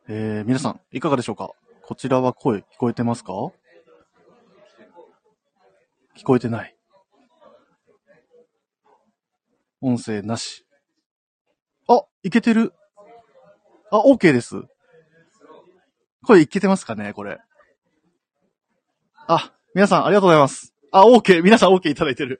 皆さん、いかがでしょうか？こちらは声聞こえてますか？聞こえてない。音声なし。あ、いけてる。あ、OK です。声いけてますかねこれ。あ、皆さんありがとうございます。あ、OK。皆さん OK いただいてる。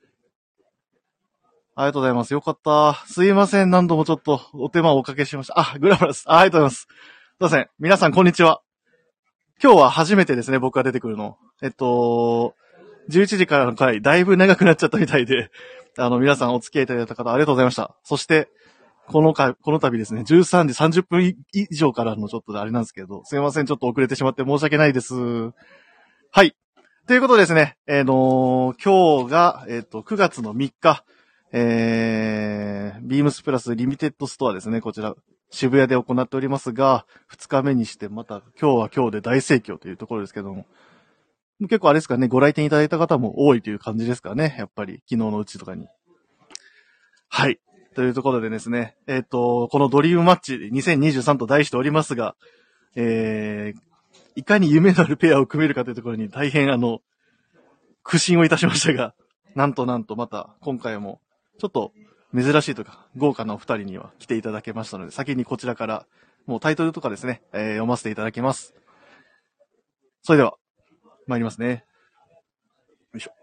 ありがとうございます。よかった。すいません。何度もちょっとお手間をおかけしました。あ、グラマラス。ありがとうございます。すいません。皆さんこんにちは。今日は初めてですね、僕が出てくるの。11時からの回、だいぶ長くなっちゃったみたいで、皆さんお付き合いいただいた方ありがとうございました。そして、この度ですね、13時30分以上からのちょっとあれなんですけど、すいません。ちょっと遅れてしまって申し訳ないです。はい。ということでですね、今日が、9月の3日、ビームスプラスリミテッドストアですね、こちら、渋谷で行っておりますが、2日目にしてまた今日は今日で大盛況というところですけども、結構あれですかね、ご来店いただいた方も多いという感じですかね、やっぱり昨日のうちとかに。はい。というところでですね、このドリームマッチ2023と題しておりますが、いかに夢のあるペアを組めるかというところに大変苦心をいたしましたが、なんとまた今回もちょっと珍しいというか豪華なお二人には来ていただけましたので、先にこちらからもうタイトルとかですね、読ませていただきます。それでは参りますね。よいしょ。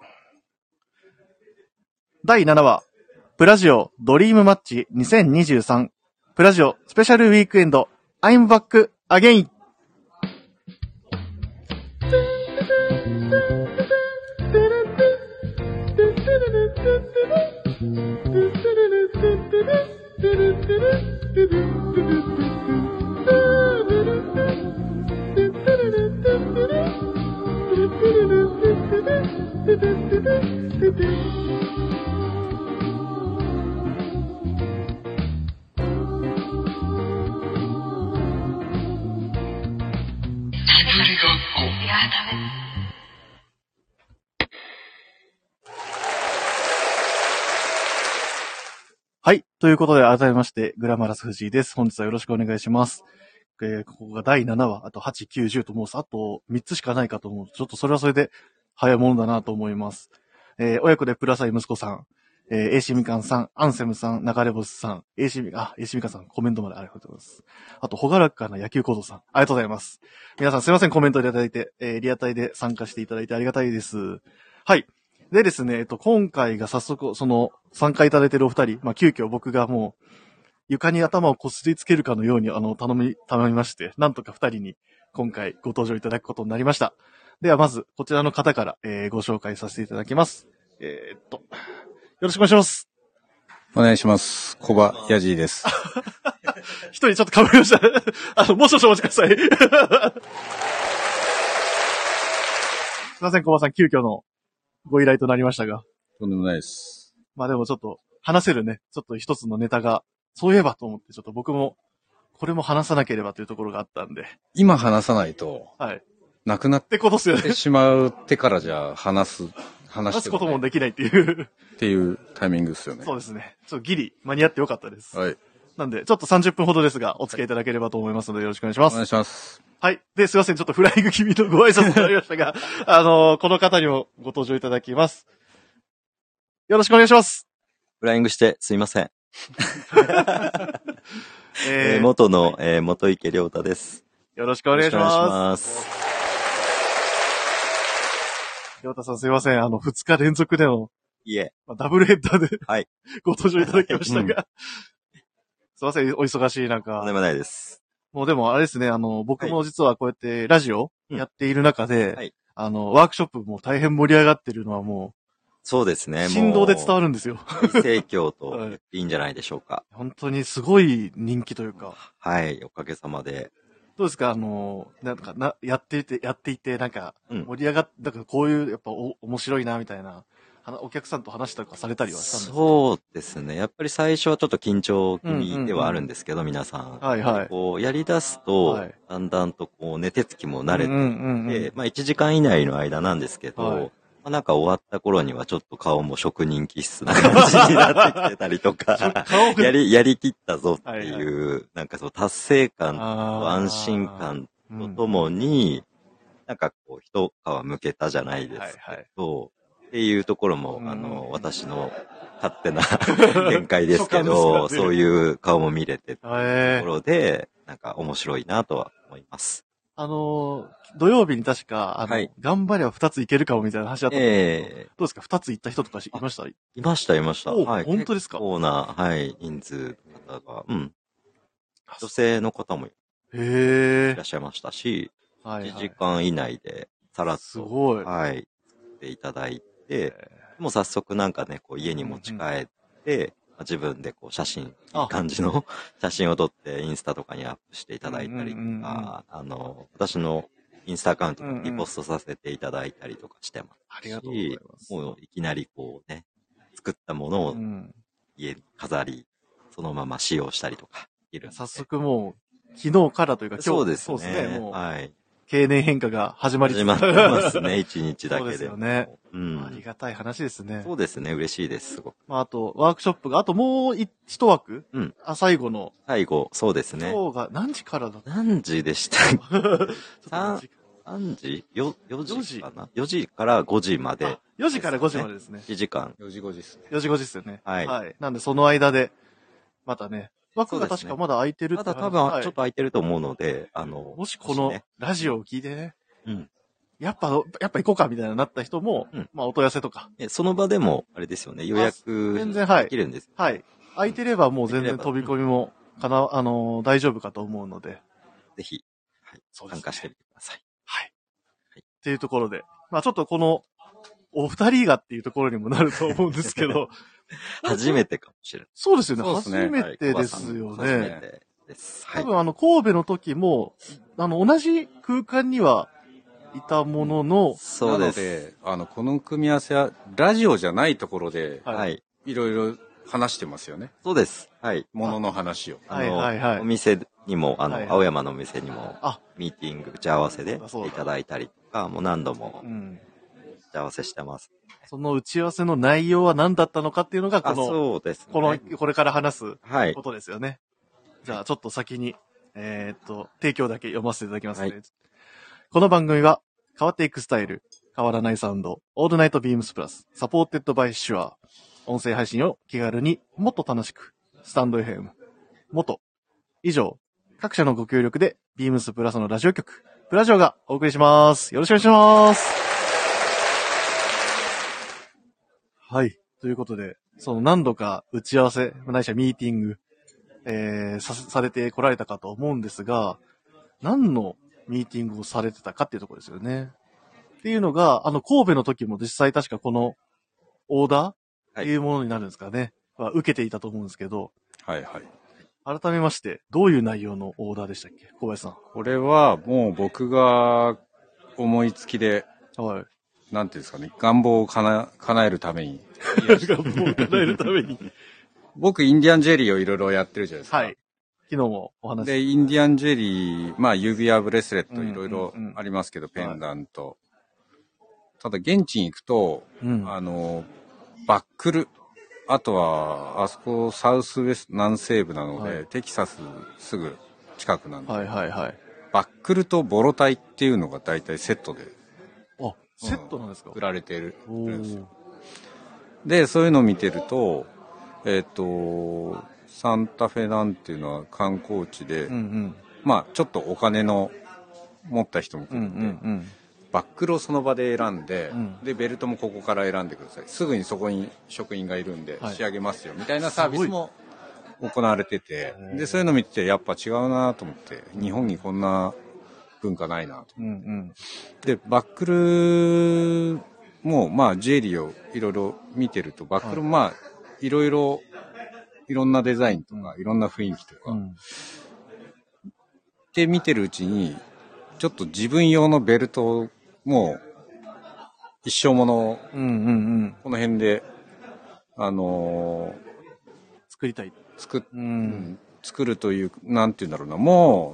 第7話プラジオドリームマッチ2023プラジオスペシャルウィークエンド I'm back again。はい。ということで、改めまして、グラマラス藤井です。本日はよろしくお願いします。ここが第7話、あと8、9、10ともうあと3つしかないかと思う。ちょっとそれはそれで早いものだなと思います。親子でプラサイ息子さん、AC みかんさん、アンセムさん、流れ星さん、AC みかんさん、コメントまでありがとうございます。あと、ほがらかな野球講座さん、ありがとうございます。皆さんすいません、コメントいただいて、リアタイで参加していただいてありがたいです。はい。でですね、今回が早速、参加いただいているお二人、急遽僕がもう、床に頭をこすりつけるかのように、頼みまして、なんとか二人に、今回ご登場いただくことになりました。では、まず、こちらの方から、ご紹介させていただきます。よろしくお願いします。 お願いします。小葉やじーです。 一人ちょっと被りました。もう少々お待ちください。すいません、小葉さん、急遽のご依頼となりましたが。 とんでもないです。 まあでもちょっと、話せるね、ちょっと一つのネタが、そういえばと思って、ちょっと僕も、これも話さなければというところがあったんで。 今話さないと、 はい。 なくなってことですよね。 しまうってからじゃ話すこともできないっていう。 っていうタイミングですよね。 そうですね。ちょっとギリ間に合ってよかったです。 はい。 なんで、ちょっと30分ほどですが、お付き合いいただければと思いますので、よろしくお願いします。 お願いします。 はい。で、すいません。ちょっとフライング気味のご挨拶になりましたが、この方にもご登場いただきます。よろしくお願いします。 フライングしてすいません。元の、元池亮太です。 よろしくお願いします。亮太さんすいません。2日連続での、 いえ。 ダブルヘッダーで、 はい。 ご登場いただきましたが、すいません。お忙しい中。 とんでもないです。 もうでもあれですね、僕も実はこうやってラジオやっている中で、 はい、 ワークショップも大変盛り上がってるのはもう、 そうですね。 振動で伝わるんですよ。 大盛況と言っていいんじゃないでしょうか。 本当にすごい人気というか。 はい、おかげさまで。 どうですかやっていて、なんか、盛り上がっ、なんかこういう、やっぱ面白いな、みたいな、お客さんと話したりとかされたりはしたんですか？ そうですね。やっぱり最初はちょっと緊張気味ではあるんですけど、皆さん。 はいはい。 こう、やり出すと、はい、だんだんとこう、手つきも慣れていって、まあ1時間以内の間なんですけど、はい、 なんか終わった頃にはちょっと顔も職人気質な感じになってきてたりとか、 顔やりきったぞっていう、なんかそう達成感と安心感とともに、なんかこう一皮むけたじゃないですけど、っていうところも、私の勝手な見解ですけど、そういう顔も見れてというところで、なんか面白いなとは思います。 土曜日に確か、頑張れば2ついけるかもみたいな話だったんですけど、どうですか ?2 ついった人とかいました？いました。 はい。本当ですか？ 結構な、人数の方が、女性の方もいらっしゃいましたし、1時間以内でさらっと、 すごい。 作っていただいて、もう早速なんかね、こう家に持ち帰って、自分でこう写真、いい感じの写真を撮ってインスタとかにアップしていただいたりとか、私のインスタアカウントにリポストさせていただいたりとかしてますし、 ありがとうございます。 もういきなりこうね、作ったものを家に飾り、そのまま使用したりとかいる。 早速もう、昨日からというか今日、 そうですね。 もう経年変化が始まってますね、一日だけで。 そうですよね。ありがたい話ですね。 そうですね、嬉しいです、すごく。 あと、ワークショップが、あともう一枠最後の。 最後、そうですね。 今日が何時からだった何時でした3時 ?4 時かな ?4 時から5時まで。 4時から5時までですね。 1時間。 4時5時ですね。 4時5時ですよね。 はい。 なんで、その間で、またね、枠が確かまだ空いてるってまだ多分ちょっと空いてると思うので、 もしこのラジオを聞いてね、やっぱ行こうかみたいになった人も、お問い合わせとか。 その場でも、あれですよね、予約全然できるんです。 はい。空いてればもう全然飛び込みも大丈夫かと思うので。 ぜひ、参加してみてください。 はい。っていうところで、ちょっとこの、お二人がっていうところにもなると思うんですけど。 初めてかもしれない。 そうですよね。初めてですよね。 初めてです。 多分神戸の時も、同じ空間にはいたものの、 そうです。 なので、この組み合わせは、ラジオじゃないところで、いろいろ話してますよね。 そうです。はい。 ものの話を。 お店にも、青山のお店にも、ミーティング、打ち合わせでいただいたりとか、もう何度も、打ち合わせしてます。 その打ち合わせの内容は何だったのかっていうのが、 そうですね。 これから話すことですよね。じゃあ、ちょっと先に、提供だけ読ませていただきますね。この番組は、変わっていくスタイル、変わらないサウンド、オールナイトビームスプラス、サポーテッドバイシュア、音声配信を気軽にもっと楽しく、スタンド FM、以上、各社のご協力で、ビームスプラスのラジオ局、プラジオがお送りします。よろしくお願いします。はい。ということで、何度か打ち合わせ、ないしはミーティング、されてこられたかと思うんですが、何のミーティングをされてたかっていうところですよね。っていうのが、神戸の時も実際確かこのオーダーっていうものになるんですかね。受けていたと思うんですけど。 はいはい。 改めまして、どういう内容のオーダーでしたっけ、小林さん。 これはもう僕が思いつきで、なんていうんですかね、願望を叶えるために。 願望を叶えるために。 僕、インディアンジェリーをいろいろやってるじゃないですか。 はい。昨日もお話で、インディアンジェリー、指輪ブレスレットいろいろありますけど、ペンダント。ただ、現地に行くと、バックル、あとは、あそこ、サウスウェスト、南西部なので、テキサスすぐ近くなんで、バックルとボロタイっていうのが大体セットで。 セットなんですか？ 売られてるんですよ。で、そういうのを見てると、サンタフェなんていうのは観光地で、ちょっとお金の持った人も来るんで、バックルをその場で選んで、で、ベルトもここから選んでください。すぐにそこに職員がいるんで仕上げますよ、みたいなサービスも行われてて、で、そういうのを見てやっぱ違うなと思って、日本にこんな文化ないなと。で、バックルも、ジュエリーをいろいろ見てると、バックルもいろいろ、いろんなデザインとか、いろんな雰囲気とか、で見てるうちに、ちょっと自分用のベルトも、一生もの、この辺で、 作りたい。 作るという、なんていうんだろうな、もう、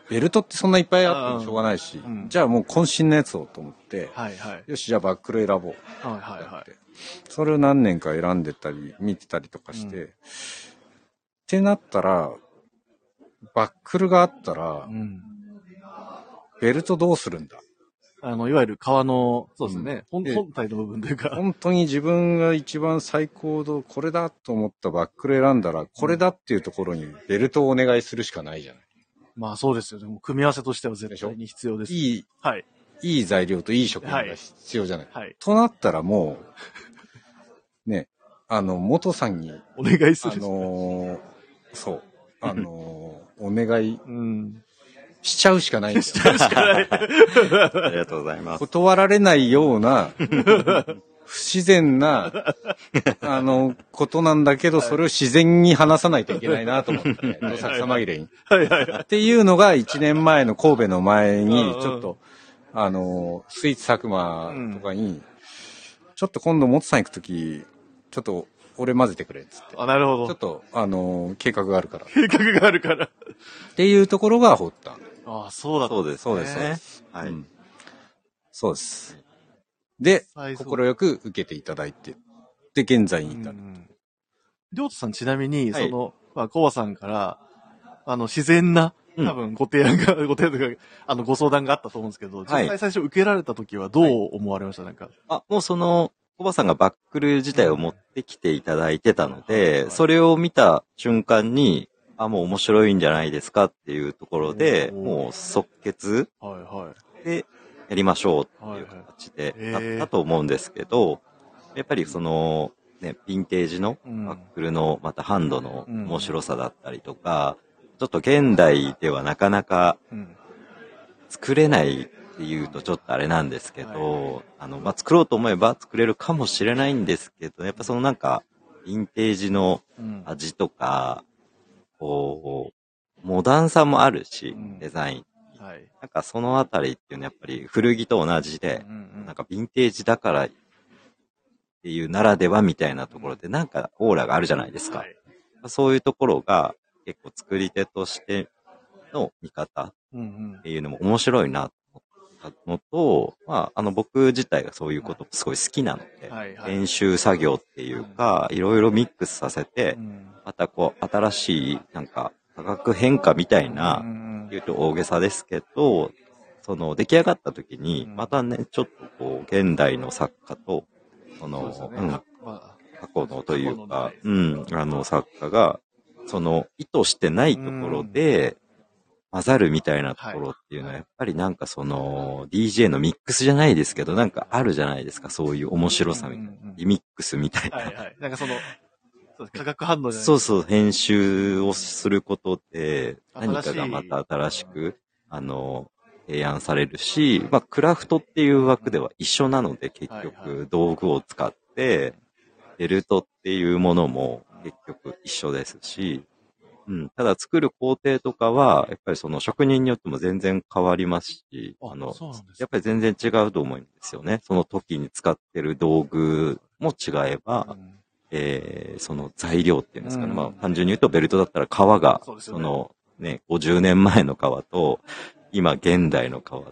ベルトってそんないっぱいあってもしょうがないし、じゃあもう渾身のやつをと思って、よし、じゃあバックル選ぼう。それを何年か選んでたり、見てたりとかして、ってなったら、バックルがあったら、ベルトどうするんだ？ いわゆる革の、そうですね、本体の部分というか。 本当に自分が一番最高度、これだと思ったバックル選んだら、これだっていうところにベルトをお願いするしかないじゃない。 まあそうですよね。組み合わせとしては絶対に必要です。いい材料といい職人が必要じゃない。となったらもう、ね、元さんに、 お願いする。 そう、お願い、しちゃうしかないんですよ。 ありがとうございます。 断られないような、不自然な、ことなんだけど、それを自然に話さないといけないなと思って、どさくさ紛れに。っていうのが1年前の神戸の前に、ちょっと、スイーツ佐久間とかに、ちょっと今度元さん行くとき、ちょっと俺混ぜてくれっつって。 なるほど。 ちょっと、計画があるから。 計画があるから。 っていうところが発端。 そうだったんですね。 そうです。はい。そうです。で、心よく受けていただいて、で、現在に至る。 りょうとさんちなみに、コバさんから、自然な、多分ご提案というか、ご相談があったと思うんですけど、実際最初受けられた時はどう思われました？なんか。 もうコバさんがバックル自体を持ってきていただいてたので、それを見た瞬間に、もう面白いんじゃないですかっていうところで、もう即決でやりましょうっていう形でやったと思うんですけど、やっぱりヴィンテージのバックルのまたハンドの面白さだったりとか、ちょっと現代ではなかなか作れないっていうとちょっとあれなんですけど、作ろうと思えば作れるかもしれないんですけど、やっぱヴィンテージの味とか、モダンさもあるし、デザイン。なんかそのあたりっていうのはやっぱり古着と同じで、なんかヴィンテージだからっていうならではみたいなところでなんかオーラがあるじゃないですか。そういうところが結構作り手としての見方っていうのも面白いなと思ったのと、僕自体がそういうことすごい好きなので、練習作業っていうか、いろいろミックスさせて、また新しいなんか化学変化みたいな、言うと大げさですけど、出来上がった時に、またね、ちょっと現代の作家と、過去のというか、作家が、意図してないところで、混ざるみたいなところっていうのは、やっぱりなんかDJ のミックスじゃないですけど、なんかあるじゃないですか、そういう面白さみたいな。リミックスみたいな。 なんか化学反応じゃないですか。そう、編集をすることで、何かがまた新しく、提案されるし、クラフトっていう枠では一緒なので、結局、道具を使って、ベルトっていうものも結局一緒ですし、ただ作る工程とかは、やっぱり職人によっても全然変わりますし、やっぱり全然違うと思うんですよね。その時に使ってる道具も違えば、その材料っていうんですかね。単純に言うとベルトだったら革が、50年前の革と、今現代の革って、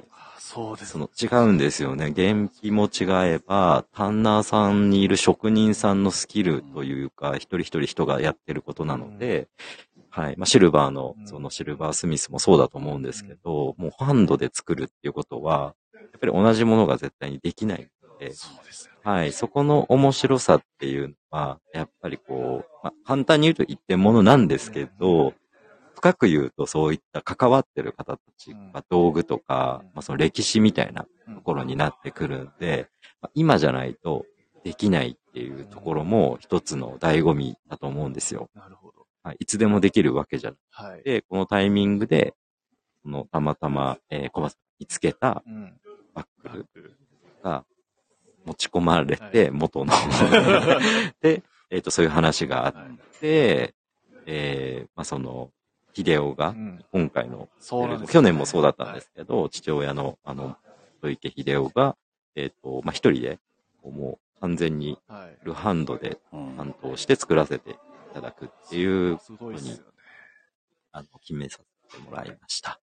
違うんですよね。原木も違えば、タンナーさんにいる職人さんのスキルというか、一人一人人がやってることなので、シルバーの、シルバースミスもそうだと思うんですけど、もうハンドで作るっていうことは、やっぱり同じものが絶対にできないので、そこの面白さっていうのは、やっぱり簡単に言うと一点物なんですけど、深く言うとそういった関わってる方たち、道具とか、その歴史みたいなところになってくるんで、今じゃないとできないっていうところも一つの醍醐味だと思うんですよ。 なるほど。 いつでもできるわけじゃなくて、このタイミングで、たまたま、小松さん見つけたバックルが持ち込まれて、元ので、そういう話があって、秀夫が、今回の、去年もそうだったんですけど、父親の、戸池秀夫が、一人で、もう完全に、ルハンドで担当して作らせていただくっていうのに、決めさせてもらいました。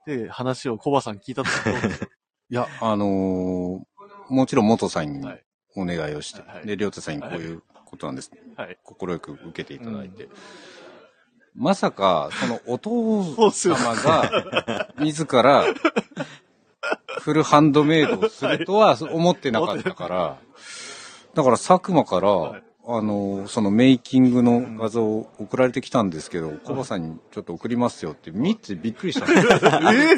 って話をコバさん聞いたところいや、もちろん元さんにお願いをして、で、りょうたさんにこういうことなんです。快く受けていただいて。まさか、そのお父様が、自ら、フルハンドメイドをするとは思ってなかったから、だから佐久間から、そのメイキングの画像を送られてきたんですけど、コバさんにちょっと送りますよって見てびっくりした。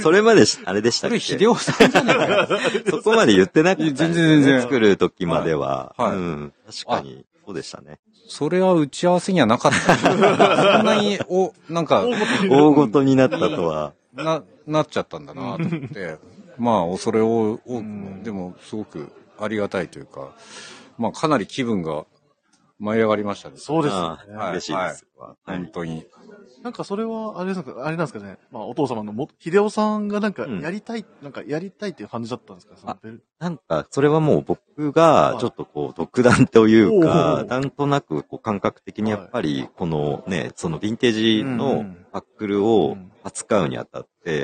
それまであれでしたっけ？ それ秀夫さんじゃないかな。 そこまで言ってなかった、 全然。 作る時までは。はい。うん。確かに、そうでしたね。 それは打ち合わせにはなかった。そんなに、なんか、 大ごとになったとは。 なっちゃったんだなと思って。まあ、それを、でも、すごくありがたいというか、まあ、かなり気分が、舞い上がりましたね。 そうですね。 嬉しいです。 本当に。 なんかそれは、あれなんですかね。まあ、お父様の秀夫さんがなんか、やりたいっていう感じだったんですか？ なんか、それはもう僕が、ちょっとこう、独断というか、なんとなく、こう、感覚的にやっぱり、このね、そのヴィンテージのバックルを扱うにあたって、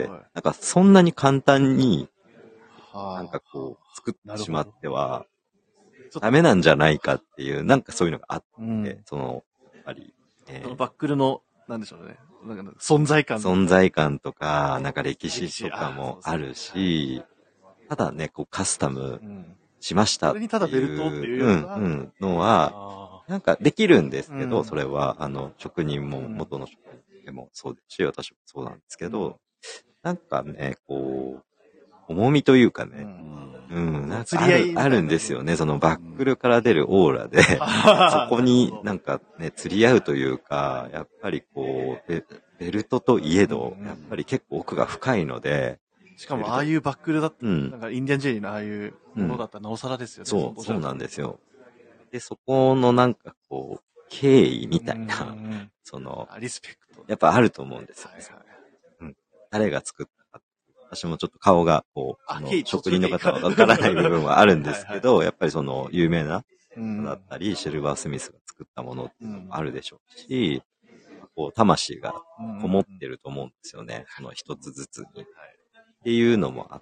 なんか、そんなに簡単に、なんかこう、作ってしまっては、ダメなんじゃないかっていう、なんかそういうのがあって、やっぱり、 そのバックルの、なんでしょうね。なんか存在感とか、なんか歴史とかもあるし、ただね、こうカスタムしましたっていう、 ただベルトっていうのは、なんかできるんですけど、それは、職人も元の職人でもそうですし、私もそうなんですけど、なんかね、こう、重みというかね、なんかあるんですよね。そのバックルから出るオーラで、そこになんかね、釣り合うというか、やっぱりこう、ベルトといえど、やっぱり結構奥が深いので、 しかもああいうバックルだった、なんかインディアンジェリーのああいうものだったらなおさらですよね。 そうなんですよ。で、そこのなんかこう、敬意みたいな、 リスペクト。 やっぱあると思うんですよ。誰が作ったか。私もちょっと顔が、こう、職人の方はわからない部分はあるんですけど、やっぱりその、有名な方だったり、シルバースミスが作ったものっていうのもあるでしょうし、こう、魂がこもってると思うんですよね。その一つずつに。っていうのもあって。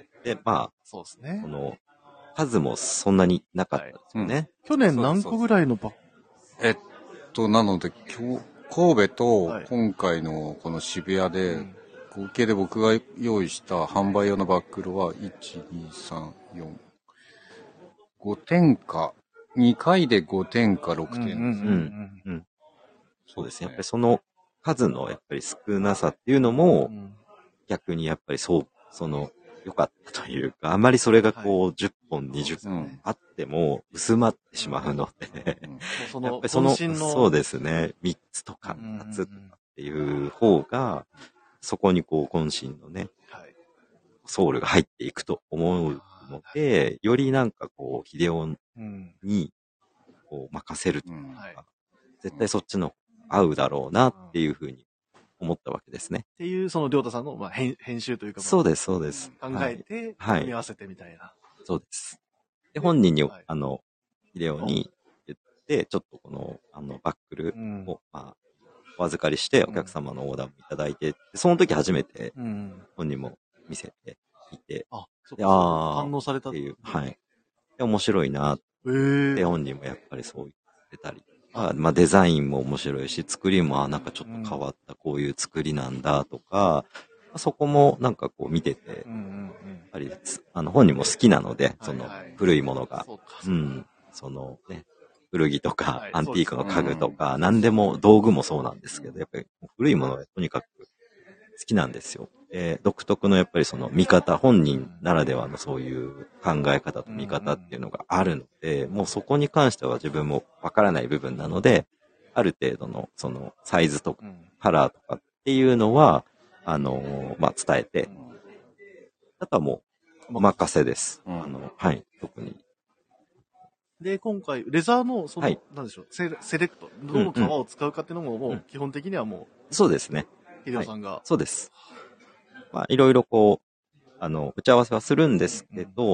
で、まあ、 そうですね。 この、数もそんなになかったですよね。 去年何個ぐらいのなので、神戸と今回のこの渋谷で、合計で僕が用意した販売用のバックルは、1、2、3、4、5点か、2回で5点か6点。 そうですね。やっぱりその数のやっぱり少なさっていうのも、逆にやっぱり良かったというか、あまりそれがこう10本、20本あっても薄まってしまうので、やっぱりそうですね、3つとか2つとかっていう方が、そこにこう渾身のね、ソウルが入っていくと思うので、よりなんかこう、秀夫にこう任せるというか、絶対そっちの合うだろうなっていうふうに思ったわけですね。 っていう、その、りょうたさんの、まあ、編集というか、 そうです、そうです。 考えて、組み合わせてみたいな。 そうです。で、本人に、秀夫に言って、ちょっとこの、バックルを、まあ、お預かりして、お客様のオーダーもいただいて、その時初めて、本人も見せていて、 反応されたっていう、はい。で、面白いな、で、本人もやっぱりそう言ってたり、まあデザインも面白いし、作りもなんかちょっと変わったこういう作りなんだとか、そこもなんかこう見てて、やっぱり本人も好きなので、その古いものが、そのね、古着とかアンティークの家具とか、何でも道具もそうなんですけど、やっぱり古いものがとにかく好きなんですよ。独特のやっぱりその見方、本人ならではのそういう考え方と見方っていうのがあるので、もうそこに関しては自分もわからない部分なので、ある程度のそのサイズとかカラーとかっていうのは、まあ、伝えて、あとはもうお任せです。はい、特に。 で、今回、レザーの、なんでしょう、セレクト、どの革を使うかっていうのも、もう、基本的にはもう。そうですね。 秀夫さんが、 そうです。まあ、いろいろこう、打ち合わせはするんですけど、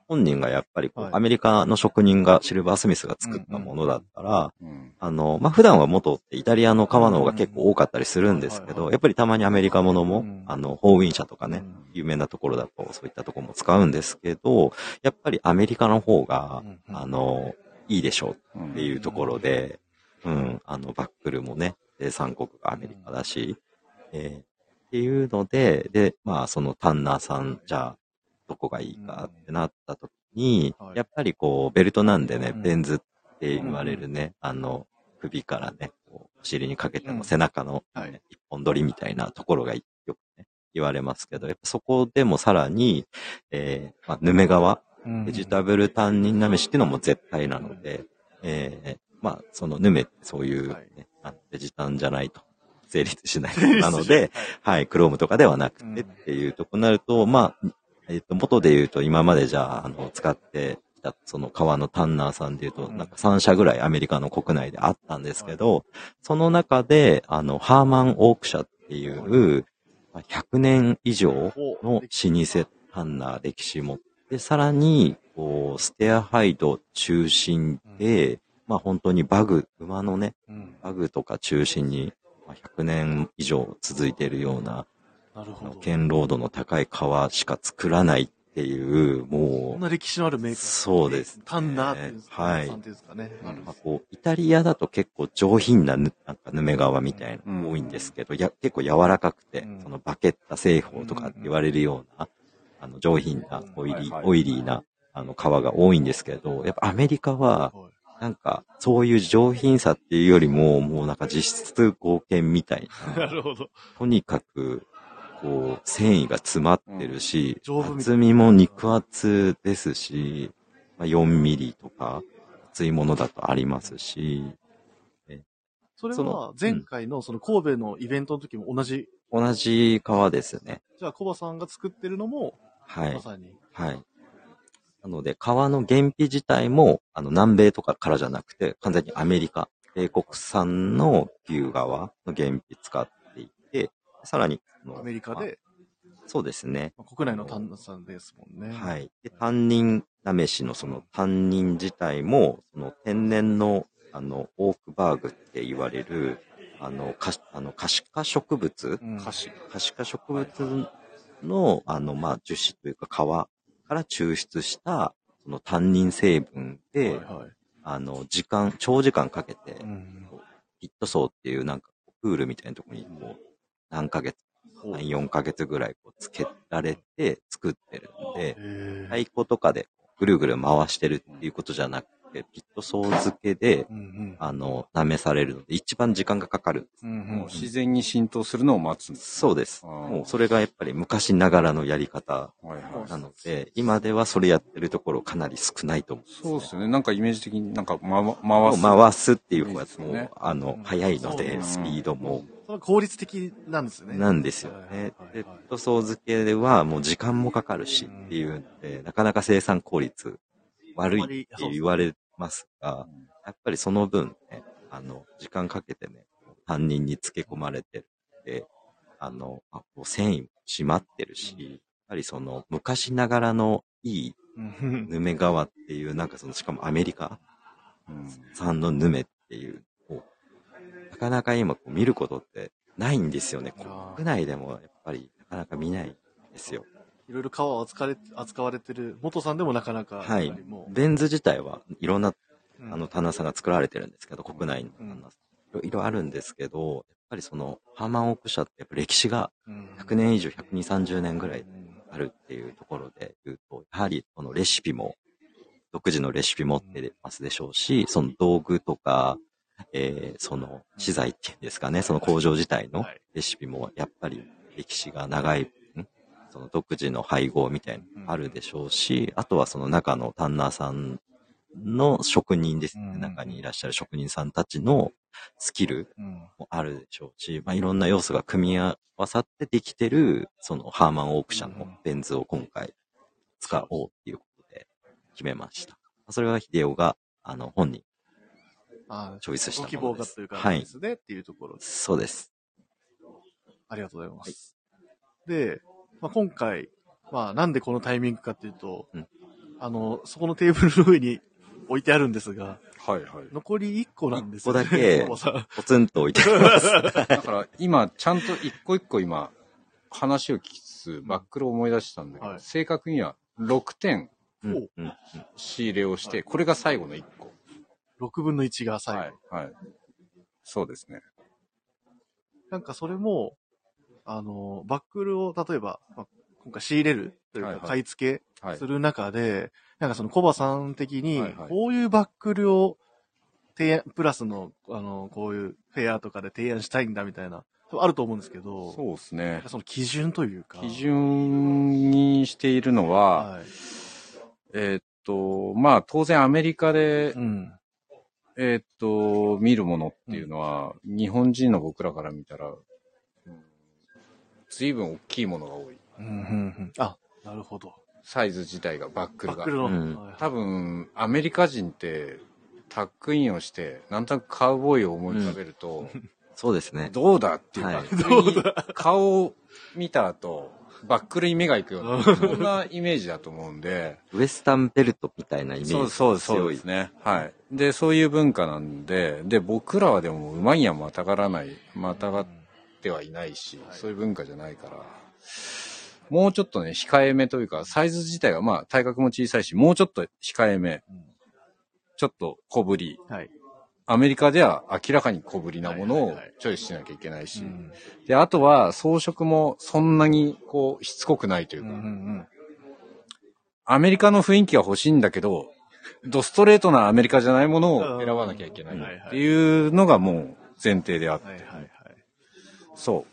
本人がやっぱりアメリカの職人が、シルバースミスが作ったものだったら、普段は元ってイタリアの革の方が結構多かったりするんですけど、やっぱりたまにアメリカものも、ホーウィン社とかね、有名なところだとそういったところも使うんですけど、やっぱりアメリカの方が、いいでしょうっていうところで、バックルもね、三国がアメリカだし、っていうので、そのタンナーさん、じゃあ、どこがいいかってなった時に、やっぱりベルトなんでね、ベンズって言われるね、首からね、お尻にかけての背中の、一本取りみたいなところがよくね、言われますけど、やっぱそこでもさらに、ヌメ革、ベジタブル担任なめしっていうのも絶対なので、そのヌメってそういう、ね、ベジタンじゃないと成立しないなので、はい、クロームとかではなくてっていうとこになると、元で言うと今までじゃあ、使ってきた、その革のタンナーさんで言うと、なんか3社ぐらいアメリカの国内であったんですけど、その中で、ハーマン・オーク社っていう、100年以上の老舗タンナー歴史持って、さらに、ステアハイド中心で、本当に馬のね、バグとか中心に、100年以上続いているような、堅牢度の高い革しか作らないっていう、もう。 こんな歴史のあるメーカー。 そうです、ね。 タンナーっていうんですか、 はい。 なんていうんですかね。 イタリアだと結構上品ななんかヌメ革みたいなの多いんですけど、結構柔らかくて、そのバケッタ製法とかって言われるような、上品なオイリーな、革が多いんですけど、やっぱアメリカは、なんか、そういう上品さっていうよりも、もうなんか実質合憲みたいな。 なるほど。 とにかく、繊維が詰まってるし、厚みも肉厚ですし、4ミリとか、厚いものだとありますし。 それは前回のその神戸のイベントの時も同じ革ですね。 じゃあ、コバさんが作ってるのも、 はい。 まさに。 はい。なので、革の原皮自体も、南米とかからじゃなくて、完全にアメリカ、米国産の牛革の原皮使っていて、さらに、 アメリカで、 そうですね。 国内の担々さんですもんね。 はい。で、担任なめしのその担任自体も、その天然の、オークバーグって言われる、可視化植物、可視化植物の、樹脂というか皮から抽出した、そのタンニン成分で、長時間かけて、ピット層っていうなんか、プールみたいなところに、何ヶ月、4ヶ月ぐらいつけられて作ってるんで、太鼓とかでぐるぐる回してるっていうことじゃなくて、ピット層付けで、なめされるので、一番時間がかかる。 もう自然に浸透するのを待つんです。 そうです。もうそれがやっぱり昔ながらのやり方なので、今ではそれやってるところかなり少ないと思う、ね。 そうですよね。なんかイメージ的になんか回すっていう方がもう、早いので、スピードも。 それは効率的なんですね。 なんですよね。で、ピット層付けはもう時間もかかるしっていうので、なかなか生産効率悪いって言われますが、やっぱりその分ね、時間かけてね、担任に漬け込まれてて、繊維も締まってるし、やっぱりその昔ながらのいいヌメ革っていう、なんかしかもアメリカ産のヌメっていうなかなか今見ることってないんですよね。国内でもやっぱりなかなか見ないですよ。 いろいろ革を扱われてる元さんでもなかなか。 はい。ベンズ自体はいろんな棚さんが作られてるんですけど、国内の棚さん。いろいろあるんですけど、やっぱりハーマンオーク社ってやっぱ歴史が100年以上、120、30年ぐらいあるっていうところで言うと、やはりこのレシピも、独自のレシピ持ってますでしょうし、その道具とか、その資材っていうんですかね、その工場自体のレシピもやっぱり歴史が長い、その独自の配合みたいなのあるでしょうし、あとはその中のタンナーさんの職人ですね、中にいらっしゃる職人さんたちのスキルもあるでしょうし、いろんな要素が組み合わさってできてる、そのハーマンオーク社のベンズを今回使おうっていうことで決めました。それは秀夫が、本人、チョイスしたものです。ご希望がというか、ですね、っていうところで。 そうです。 ありがとうございます。で、今回、なんでこのタイミングかっていうと、 そこのテーブルの上に置いてあるんですが、 はいはい。 残り1個なんですよ、 ね。1個だけ、ポツンと置いてあります。 だから今、ちゃんと一個一個今、話を聞きつつ、バックルを思い出したんだけど、正確には6点仕入れをして、これが最後の1個。 6分の1が最後。 はい。はい。そうですね。 なんかそれも、バックルを例えば、今回仕入れるというか、買い付けする中で、なんかそのコバさん的に、こういうバックルをプラスの、こういうフェアとかで提案したいんだみたいな、あると思うんですけど、 そうですね。 その基準というか。 基準にしているのは、まあ当然アメリカで、見るものっていうのは、日本人の僕らから見たら、随分大きいものが多い。 あ、なるほど。 サイズ自体が、バックルが。 多分、アメリカ人って、タックインをして、なんとなくカウボーイを思い浮かべると、 そうですね。 どうだっていうか、顔を見た後、バックルに目が行くような、そんなイメージだと思うんで。 ウエスタンベルトみたいなイメージ。 そうですね。はい。で、そういう文化なんで、僕らはでも、馬にはまたがってはいないし、そういう文化じゃないから、もうちょっとね、控えめというか、サイズ自体がまあ体格も小さいし、もうちょっと控えめ、ちょっと小ぶり、アメリカでは明らかに小ぶりなものをチョイスしなきゃいけないし、で、あとは装飾もそんなにこうしつこくないというか、アメリカの雰囲気は欲しいんだけど、ドストレートなアメリカじゃないものを選ばなきゃいけないっていうのがもう前提であって、そう。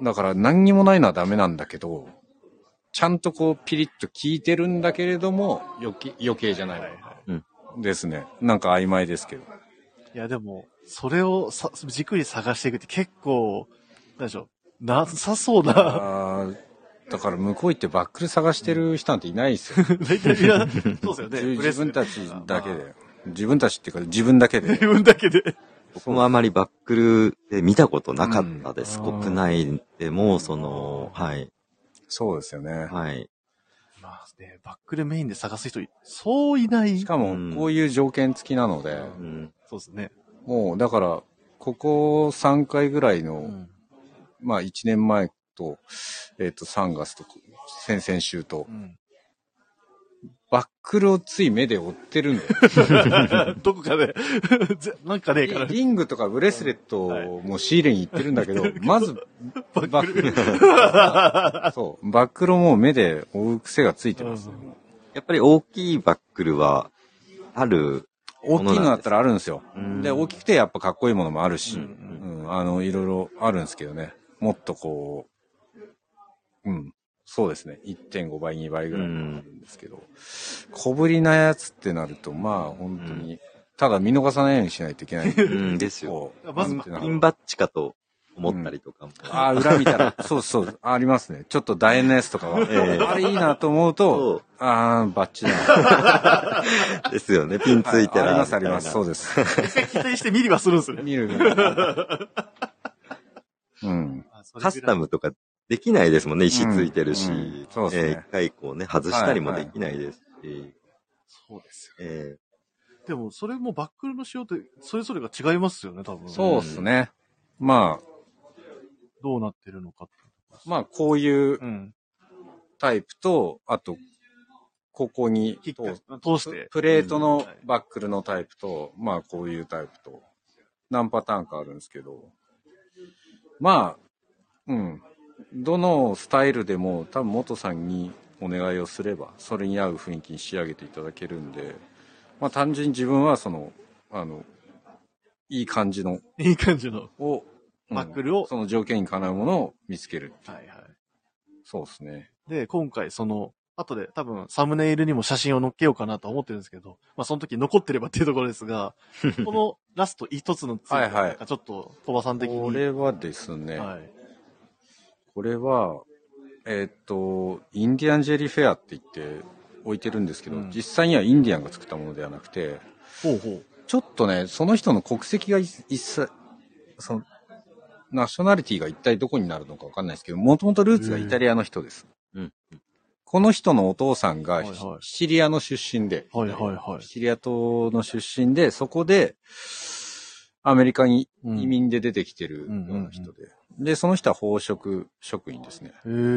だから何にもないのはダメなんだけど、ちゃんとこうピリッと効いてるんだけれども、余計じゃない。ですね。なんか曖昧ですけど。 いやでも、それをじっくり探していくって結構、なんでしょう、なさそうな。 だから向こう行ってバックル探してる人なんていないですよ。 大体みんな、そうですよね。 自分たちだけで。自分たちっていうか自分だけで。 自分だけで。 僕もあまりバックルで見たことなかったです。国内でも、はい。 そうですよね。 はい。 まあね、バックルメインで探す人、そういない。 しかも、こういう条件付きなので、 そうですね。 もう、だから、ここ3回ぐらいの、まあ1年前と、3月と、先々週と、バックルをつい目で追ってるんだよ。 どこかで、なんかねえから。 リングとかブレスレットも仕入れに行ってるんだけど、まず、バックル。そう。バックルをもう目で追う癖がついてます、ね。 やっぱり大きいバックルは、ある。 大きいのだったらあるんですよ。で、大きくてやっぱかっこいいものもあるし、いろいろあるんですけどね。もっとこう、そうですね。1.5 倍、2倍ぐらいなんですけど、小ぶりなやつってなると、まあ本当に、ただ見逃さないようにしないといけない。 ですよ。 まず、 ピンバッジかと思ったりとかも。 裏見たら、そう、ありますね。ちょっと楕円のやつとかは、あれいいなと思うと、バッチだ。 ですよね。ピンついてる。 あります。そうです。 期待して見りはするんですね。 見る。 カスタムとかできないですもんね。石ついてるし。 そうですね。 一回こうね、外したりもできないですし。 そうですよ。でも、それもバックルの仕様って、それぞれが違いますよね、多分。 そうですね。まあ。 どうなってるのかって。 まあ、こういうタイプと、あと、ここに通して。 プレートのバックルのタイプと、まあ、こういうタイプと、何パターンかあるんですけど、まあ、どのスタイルでも多分元さんにお願いをすればそれに合う雰囲気に仕上げていただけるんで、まあ単純に自分はいい感じのをバックルを、 その条件にかなうものを見つける。 はいはい。 そうですね。 で、今回後で多分サムネイルにも写真を載っけようかなと思ってるんですけど、まあその時残ってればっていうところですが、このラスト一つのツイートがちょっと小葉さん的に。 これはですね、これは、インディアンジェリーフェアって言って置いてるんですけど、実際にはインディアンが作ったものではなくて、ちょっとね、その人の国籍がナショナリティが一体どこになるのかわかんないですけど、もともとルーツがイタリアの人です。 この人のお父さんがシチリアの出身で、シチリア島の出身で、そこでアメリカに移民で出てきてるような人で、で、その人は宝飾職員ですね。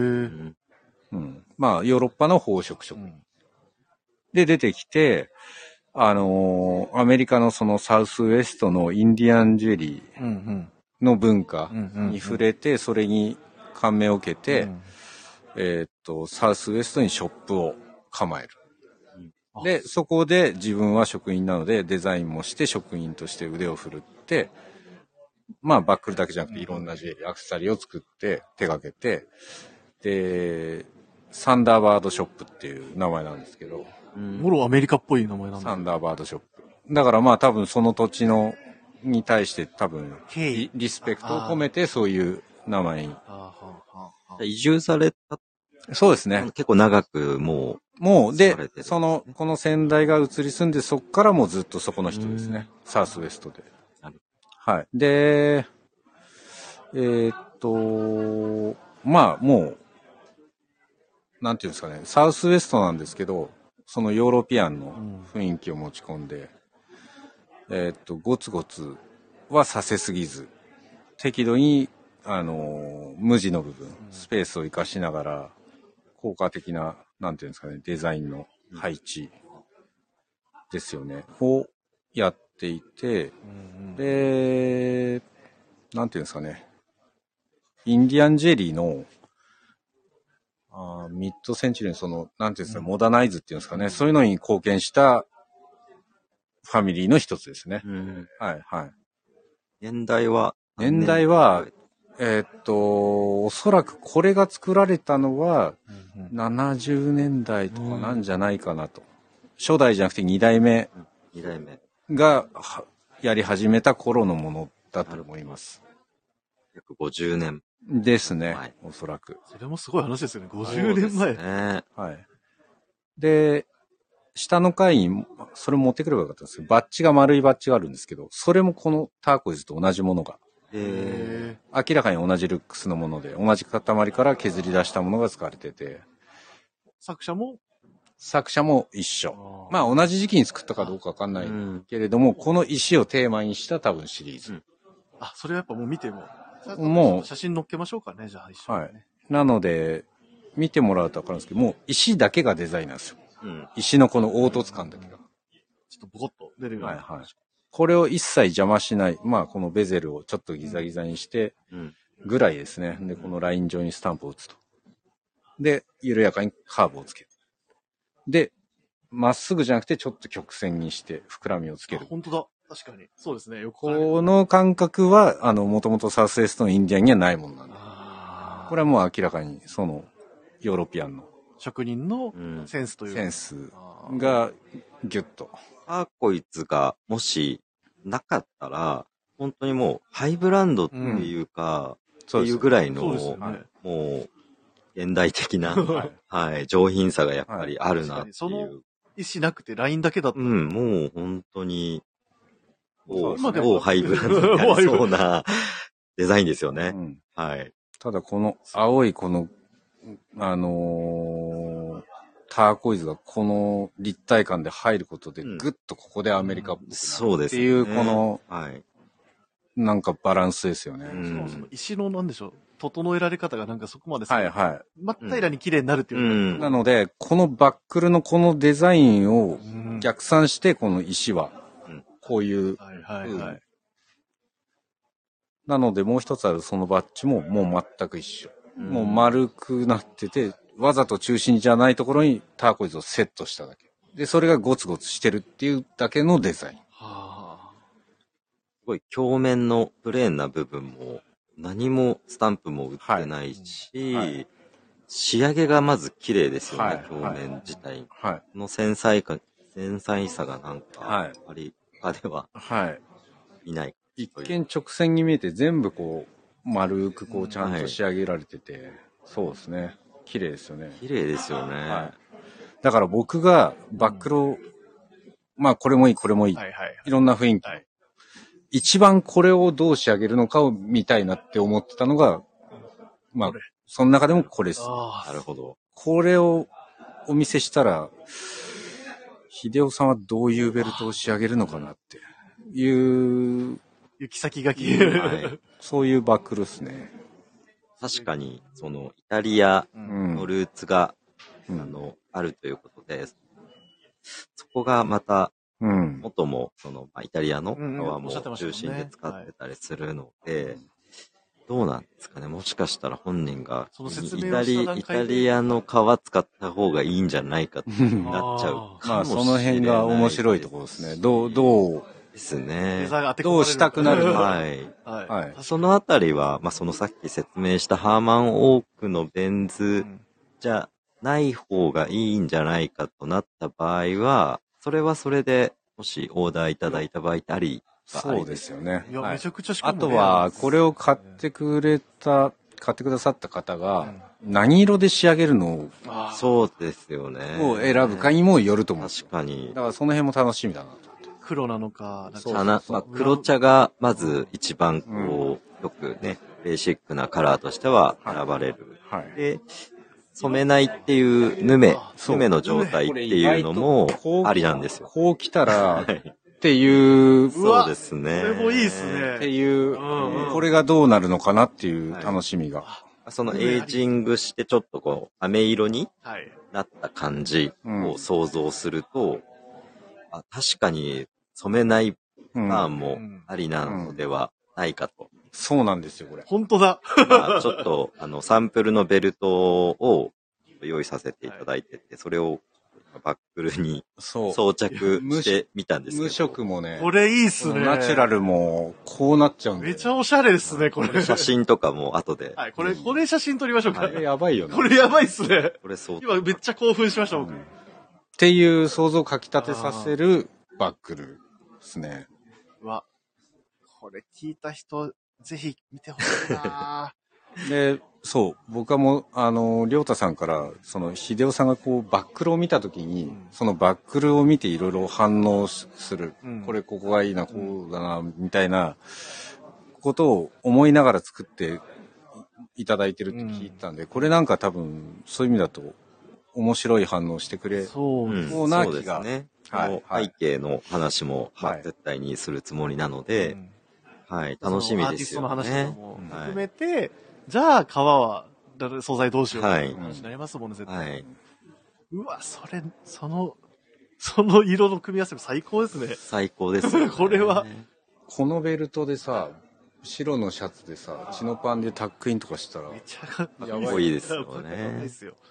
まあ、ヨーロッパの宝飾職員。で、出てきて、アメリカのそのサウスウエストのインディアンジュエリーの文化に触れて、それに感銘を受けて、サウスウエストにショップを構える。で、そこで自分は職員なのでデザインもして職員として腕を振るって、まあバックルだけじゃなくていろんなジュエリー、アクセサリーを作って手掛けて、で、サンダーバードショップっていう名前なんですけど。 もろアメリカっぽい名前なんだ。 サンダーバードショップ。だからまあ多分その土地のに対して多分リスペクトを込めてそういう名前に。 移住された。 そうですね。 結構長くもうで、この先代が移り住んでそっからもうずっとそこの人ですね。サウスウエストで。はい。で、まあもう、なんていうんですかね、サウスウエストなんですけど、そのヨーロピアンの雰囲気を持ち込んで、ゴツゴツはさせすぎず、適度に、無地の部分、スペースを生かしながら、効果的な、なんていうんですかね、デザインの配置ですよね、をやっていて、で、なんていうんですかね、インディアンジェリーの、ミッドセンチュリーのその、なんていうんですか、モダナイズっていうんですかね、そういうのに貢献したファミリーの一つですね。はい、はい。 年代は、 おそらくこれが作られたのは、70年代とかなんじゃないかなと。初代じゃなくて2代目がやり始めた頃のものだと思います。 約50年。 ですね、はい、おそらく。 それもすごい話ですよね。50年前。 はい。で、下の階に、それ持ってくればよかったんですけど、バッジが丸いバッジがあるんですけど、それもこのターコイズと同じものが。明らかに同じルックスのもので、同じ塊から削り出したものが使われてて。 作者も一緒。まあ同じ時期に作ったかどうかわかんないけれども、この石をテーマにした多分シリーズ。 それはやっぱもう見てもう写真載っけましょうかね、じゃあ一緒に、ね。はい。 なので、見てもらうとわかるんですけど、もう石だけがデザインなんですよ。石のこの凹凸感だけが。 ちょっとボコッと出るような。 はいはい。これを一切邪魔しない。まあこのベゼルをちょっとギザギザにして、ぐらいですね。で、このライン上にスタンプを打つと。で、緩やかにカーブをつける。で、まっすぐじゃなくてちょっと曲線にして膨らみをつける。 本当だ。確かに。そうですね。 この感覚は、もともとサウスウエストのインディアンにはないものなんで。これはもう明らかに、その、ヨーロピアンの。 職人のセンスというか。 センスがギュッと。 こいつが、もし、なかったら、本当にもう、ハイブランドっていうか、っていうぐらいの、もう、現代的な、はい、上品さがやっぱりあるなっていう。 その石なくてラインだけだった。 もう本当に、ハイブランドになりそうなデザインですよね。はい。 ただこの青いこの、ターコイズがこの立体感で入ることで、ぐっとここでアメリカっぽくなるっていう、この、なんかバランスですよね。 その石のなんでしょう、整えられ方がなんかそこまではいはい。 真っ平らに綺麗になるっていうなので、このバックルのこのデザインを逆算して、この石は、こういう。なので、もう一つあるそのバッジももう全く一緒。もう丸くなってて、わざと中心じゃないところにターコイズをセットしただけ。で、それがゴツゴツしてるっていうだけのデザイン。 すごい鏡面のプレーンな部分も何もスタンプも売ってないし、仕上げがまず綺麗ですよね、鏡面自体。この繊細さがなんか、パリカではいない。 一見直線に見えて全部こう、丸くこうちゃんと仕上げられてて、そうですね。綺麗ですよね。 綺麗ですよね。 だから僕がバックロ、まあこれもいい、これもいい。いろんな雰囲気。一番これをどう仕上げるのかを見たいなって思ってたのが、まあ、その中でもこれです。 なるほど。 これをお見せしたら、秀夫さんはどういうベルトを仕上げるのかなっていう、 行き先が消える、 はい。そういうバックルですね。 確かに、その、イタリアのルーツが、あるということで、そこがまた、元も、その、イタリアの革も中心で使ってたりするので、どうなんですかね。もしかしたら本人がイタリアの革使った方がいいんじゃないかってなっちゃうかもしれない。 まあその辺が面白いところですね。どうですね。 どうしたくなるのか。 はい。はい。そのあたりは、まあそのさっき説明したハーマンオークのベンズじゃない方がいいんじゃないかとなった場合は、それはそれでもしオーダーいただいた場合ってあり、 そうですよね。 いや、めちゃくちゃあとは、これを買ってくださった方が、何色で仕上げるのを、 そうですよね。 を選ぶかにもよると思う。 確かに。 だからその辺も楽しみだなと。 黒なのか、 黒茶がまず一番こう、よくね、ベーシックなカラーとしては選ばれる。はい。で、染めないっていうヌメの状態っていうのもありなんですよ。 こう来たら、っていう、 そうですね。 それもいいですね。 っていう、これがどうなるのかなっていう楽しみが。 そのエイジングしてちょっとこう、飴色になった感じを想像すると、確かに染めないパーンもありなのではないかと。 そうなんですよ、これ。 本当だ。 ちょっと、サンプルのベルトを用意させていただいてて、それをバックルに装着してみたんですけど。 無色もね。 これいいっすね。 ナチュラルもこうなっちゃうんで。めちゃおしゃれですね、これ。 写真とかも後で。 はい、これ写真撮りましょうか。 これやばいよね。 これやばいっすね。 これそう。 今めっちゃ興奮しました、僕。 っていう想像をかき立てさせるバックルですね。 うわ。これ聞いた人、ぜひ見てほしいなで、そう、僕はもう、りょうたさんから、その、秀夫さんがこう、バックルを見たときに、そのバックルを見ていろいろ反応する。これ、ここがいいな、こうだな、みたいなことを思いながら作っていただいてるって聞いたんで、これなんか多分、そういう意味だと、面白い反応してくれそうな気が。 そうですね。背景の話も、絶対にするつもりなので、はい、楽しみですよね。 アーティストの話も含めて、じゃあ、革は、素材どうしようかって話になりますもんね、絶対。はい。うわ、その色の組み合わせも最高ですね。 最高ですね。 これは。 このベルトでさ、白のシャツでさ、チノパンでタックインとかしたら、 めちゃかっこいいですよね。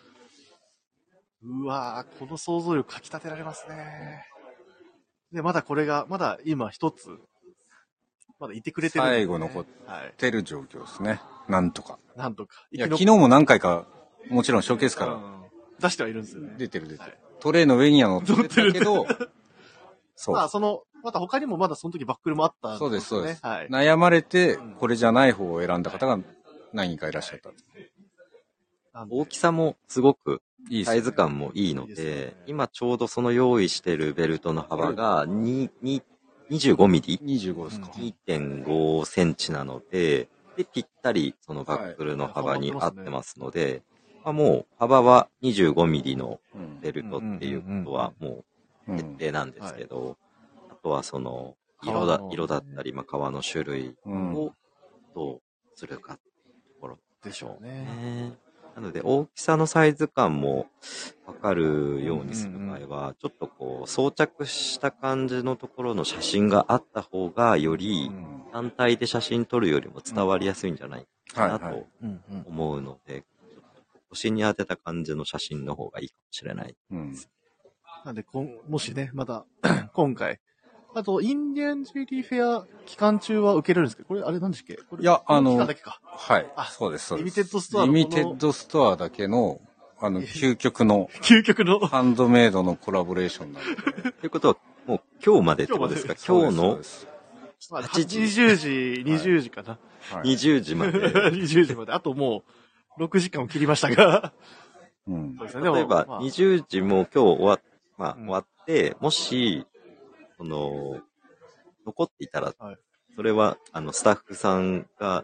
うわこの想像力かき立てられますね。で、まだこれが、まだ今一つ、まだいてくれてる、 最後残ってる状況ですね。なんとか。 なんとか。 いや、昨日も何回か、もちろんショーケースから出してはいるんですよね。 出てる。トレイの上には乗ってるけど、 そう。まあ、また他にもまだその時バックルもあったんですね。 そうです、そうです。はい、悩まれて、これじゃない方を選んだ方が何人かいらっしゃった。 大きさもすごく、サイズ感もいいので、今ちょうどその用意してるベルトの幅が25ミリ ?25 ですか。 2.5 センチなので、で、ぴったりそのバックルの幅に合ってますので、もう幅は25ミリのベルトっていうことはもう決定なんですけど、あとはその色だったり、革の種類をどうするかっていうところでしょうね。 なので、大きさのサイズ感もわかるようにする場合は、ちょっとこう、装着した感じのところの写真があった方が、より単体で写真撮るよりも伝わりやすいんじゃないかなと思うので、腰に当てた感じの写真の方がいいかもしれないです。 なんで、もしね、また、今回、あと、インディアンジュエリーフェア期間中は受けれるんですけど、これ、あれなんでしたっけ？ いや、 期間だけか。 はい。そうです、そうです。 リミテッドストアリミテッドストアだけの、究極のハンドメイドのコラボレーションなんで。 ということは、もう今日までってことですか？今日の 8時、20時かな。 20時まで。 20時まで。あともう、6時間を切りましたが。 例えば、20時も今日終わって、もし、残っていたら、それは、スタッフさんが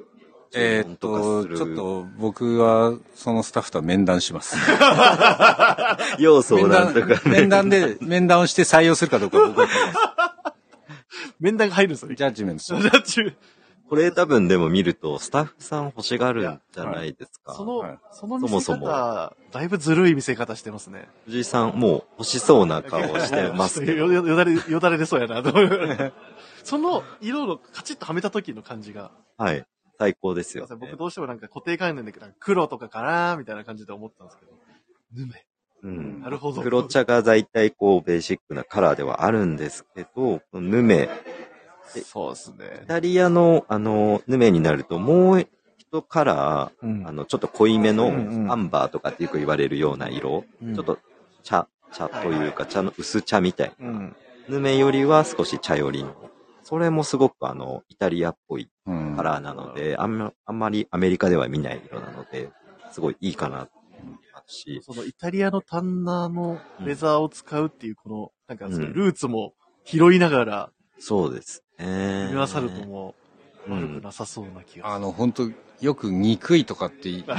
とかする。 ちょっと僕はそのスタッフとは面談します。 要素をなんとか、 面談をして採用するかどうか僕は言います。 面談が入るんですよ。 ジャッジメントします。ジャッジメント。 これ多分でも見ると、スタッフさん欲しがるんじゃないですか。 その見せ方、だいぶずるい見せ方してますね。 藤井さん、もう欲しそうな顔をしてますけど。 よだれ出そうやなと思う。その色のカチッとはめた時の感じが。 はい。最高ですよ、ね。 僕どうしてもなんか固定概念で黒とかかなみたいな感じで思ったんですけど。ヌメ。 うん。 なるほど。 黒茶が大体こうベーシックなカラーではあるんですけど、ヌメ。 そうですね。 イタリアのヌメになるともう一カラー、ちょっと濃いめのアンバーとかってよく言われるような色。ちょっと茶というか茶の薄茶みたいな。ヌメよりは少し茶寄りの。それもすごくイタリアっぽいカラーなので、あんまりアメリカでは見ない色なので、すごいいいかなと思いますし。 そのイタリアのタンナーのレザーを使うっていうこの、なんかルーツも拾いながら、 そうですね。 ユニバーサルトも悪くなさそうな気がする。 本当よく憎いとかっていう、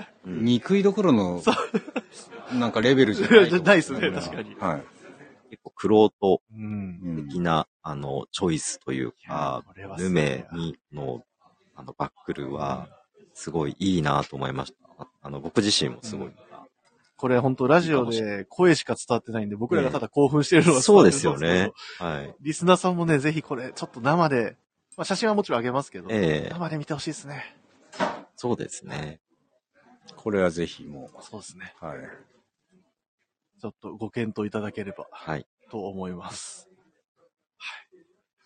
憎いどころの、なんかレベルじゃない。 ないですね、確かに。 はい。結構、クロート的な、チョイスというか、ヌメの、バックルは、すごいいいなと思いました。僕自身もすごい。 これ本当ラジオで声しか伝わってないんで、僕らがただ興奮してるのはそうですよね。はい。 リスナーさんもね、ぜひこれ、ちょっと生で、まあ写真はもちろんあげますけど、生で見てほしいですね。 そうですね。 これはぜひもう。 そうですね。 はい。 ちょっとご検討いただければ、 はい。 と思います。はい。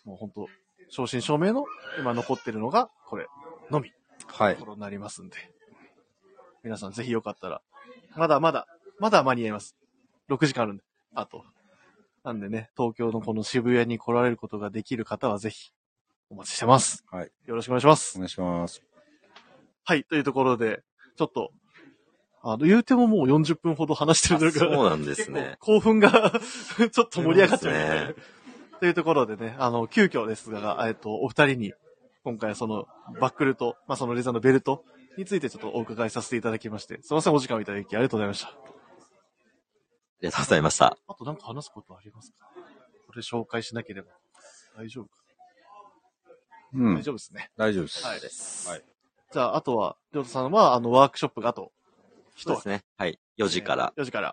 もう本当正真正銘の今残ってるのが、これのみ。 はい。 ところになりますんで。皆さんぜひよかったら、まだ間に合います。6時間あるんで、あと。なんでね、東京のこの渋谷に来られることができる方はぜひ、お待ちしてます。 はい。 よろしくお願いします。 お願いします。 はい、というところで、ちょっと、言うてももう40分ほど話してるのが、 そうなんですね。 興奮がちょっと盛り上がっちゃうね。というところでね、急遽ですが、お二人に、今回そのバックルと、まあ、そのレザーのベルトについてちょっとお伺いさせていただきまして、すいません、お時間をいただきありがとうございました。ありがとうございました。 あとなんか話すことありますか？これ紹介しなければ大丈夫か？大丈夫ですね。 大丈夫です。 はい。はい。じゃあ、あとは、りょうたさんは、ワークショップがあと、 そうですね。はい。4時から。 4時から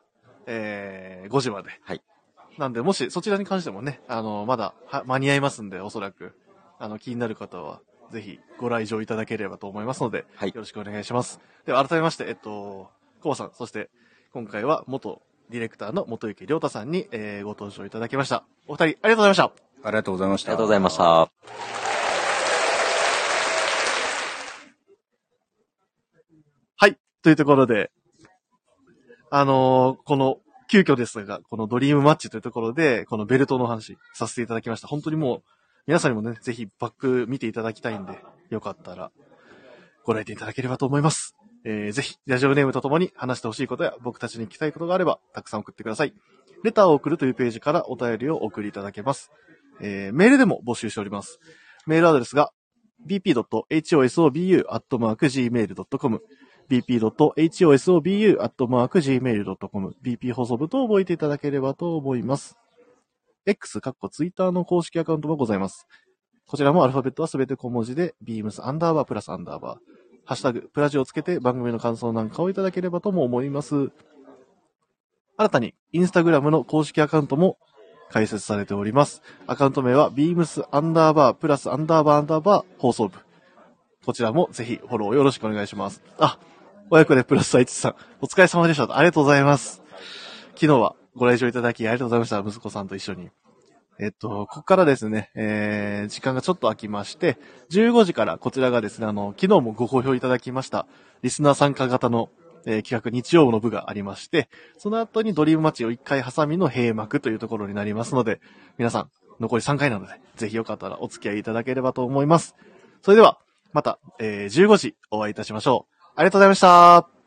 、5時まで。 はい。 なんで、もしそちらに関してもね、まだ間に合いますんで、おそらく、気になる方は、ぜひご来場いただければと思いますので、はい、よろしくお願いします。では、改めまして、コバさん、そして、今回は元ディレクターの元幸亮太さんに、ご登場いただきました。お二人、ありがとうございました。 ありがとうございました。 ありがとうございました。 はい。というところで、この、急遽ですが、このドリームマッチというところで、このベルトの話させていただきました。本当にもう、皆さんにもね、ぜひバック見ていただきたいんで、よかったら、ご来店いただければと思います。ぜひ、ラジオネームとともに話してほしいことや、僕たちに聞きたいことがあれば、たくさん送ってください。レターを送るというページからお便りをお送りいただけます。メールでも募集しております。メールアドレスが、bp.hosobu@gmail.com bp.hosobu@gmail.com bp 放送部と覚えていただければと思います。X、ツイッターの公式アカウントもございます。こちらもアルファベットはすべて小文字で、beams_+_+ハッシュタグ、プラジをつけて番組の感想なんかをいただければとも思います。新たに、インスタグラムの公式アカウントも開設されております。アカウント名は beams_+_+ 放送部。こちらもぜひフォローよろしくお願いします。親子でプラス愛知さん、お疲れ様でした。ありがとうございます。昨日はご来場いただきありがとうございました。息子さんと一緒に。ここからですね、時間がちょっと空きまして、15時からこちらがですね、昨日もご好評いただきました、リスナー参加型の、企画日曜の部がありまして、その後にドリームマッチを1回挟みの閉幕というところになりますので、皆さん、残り3回なので、ぜひよかったらお付き合いいただければと思います。それでは、また、15時お会いいたしましょう。ありがとうございました。